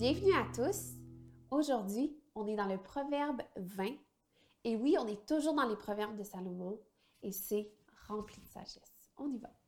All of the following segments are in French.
Bienvenue à tous. Aujourd'hui, on est dans le Proverbe 20. Et oui, on est toujours dans les Proverbes de Salomon et c'est rempli de sagesse. On y va.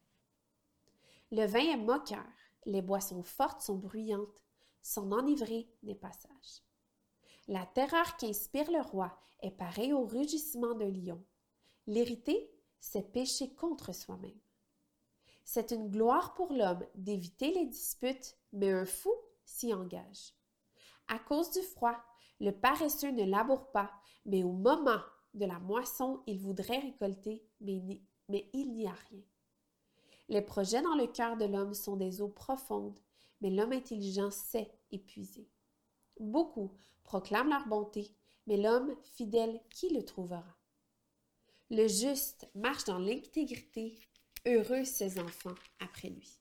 Le vin est moqueur, les boissons fortes sont bruyantes, s'en enivrer n'est pas sage. La terreur qu'inspire le roi est pareille au rugissement d'un lion. L'irriter, c'est pécher contre soi-même. C'est une gloire pour l'homme d'éviter les disputes, mais un fou s'y engage. À cause du froid, le paresseux ne laboure pas, mais au moment de la moisson, il voudrait récolter, mais il n'y a rien. Les projets dans le cœur de l'homme sont des eaux profondes, mais l'homme intelligent sait épuiser. Beaucoup proclament leur bonté, mais l'homme fidèle, qui le trouvera? Le juste marche dans l'intégrité, heureux ses enfants après lui.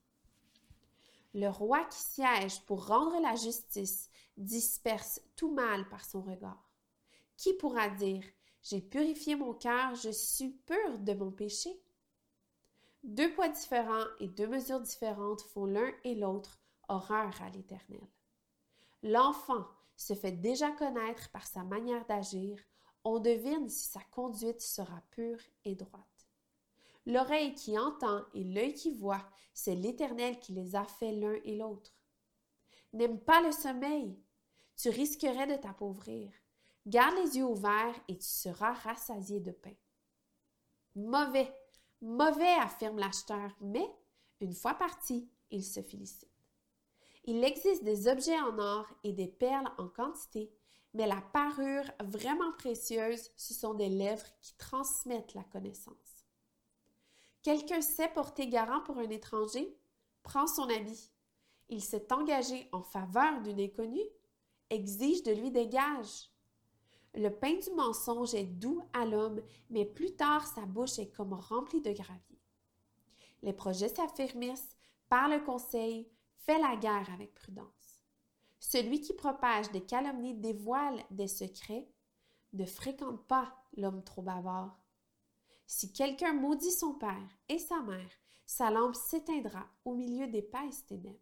Le roi qui siège pour rendre la justice disperse tout mal par son regard. Qui pourra dire « J'ai purifié mon cœur, je suis pur de mon péché » ? Deux poids différents et deux mesures différentes font l'un et l'autre horreur à l'Éternel. L'enfant se fait déjà connaître par sa manière d'agir, on devine si sa conduite sera pure et droite. L'oreille qui entend et l'œil qui voit, c'est l'Éternel qui les a fait l'un et l'autre. N'aime pas le sommeil, tu risquerais de t'appauvrir. Garde les yeux ouverts et tu seras rassasié de pain. Mauvais, mauvais, affirme l'acheteur, mais une fois parti, il se félicite. Il existe des objets en or et des perles en quantité, mais la parure vraiment précieuse, ce sont des lèvres qui transmettent la connaissance. Quelqu'un sait porter garant pour un étranger? Prends son habit. Il s'est engagé en faveur d'une inconnue? Exige de lui des gages. Le pain du mensonge est doux à l'homme, mais plus tard sa bouche est comme remplie de gravier. Les projets s'affermissent, par le conseil, fait la guerre avec prudence. Celui qui propage des calomnies dévoile des secrets, ne fréquente pas l'homme trop bavard. Si quelqu'un maudit son père et sa mère, sa lampe s'éteindra au milieu d'épaisses ténèbres.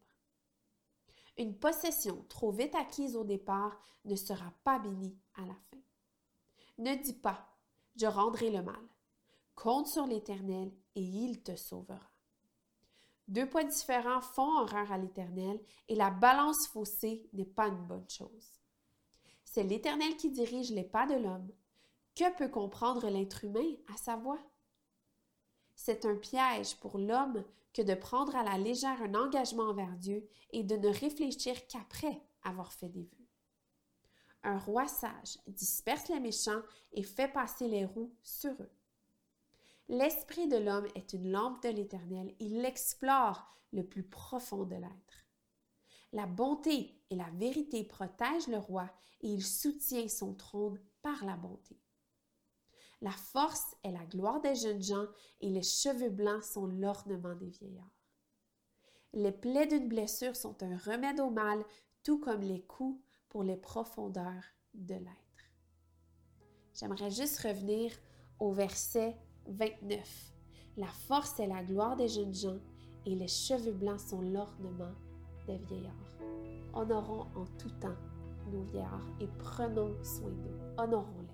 Une possession trop vite acquise au départ ne sera pas bénie à la fin. Ne dis pas « je rendrai le mal ». Compte sur l'Éternel et il te sauvera. Deux poids différents font horreur à l'Éternel et la balance faussée n'est pas une bonne chose. C'est l'Éternel qui dirige les pas de l'homme. Que peut comprendre l'être humain à sa voix? C'est un piège pour l'homme que de prendre à la légère un engagement envers Dieu et de ne réfléchir qu'après avoir fait des vœux. Un roi sage disperse les méchants et fait passer les roues sur eux. L'esprit de l'homme est une lampe de l'Éternel, il explore le plus profond de l'être. La bonté et la vérité protègent le roi et il soutient son trône par la bonté. La force est la gloire des jeunes gens et les cheveux blancs sont l'ornement des vieillards. Les plaies d'une blessure sont un remède au mal, tout comme les coups pour les profondeurs de l'être. J'aimerais juste revenir au verset 29. La force est la gloire des jeunes gens et les cheveux blancs sont l'ornement des vieillards. Honorons en tout temps nos vieillards et prenons soin d'eux. Honorons-les.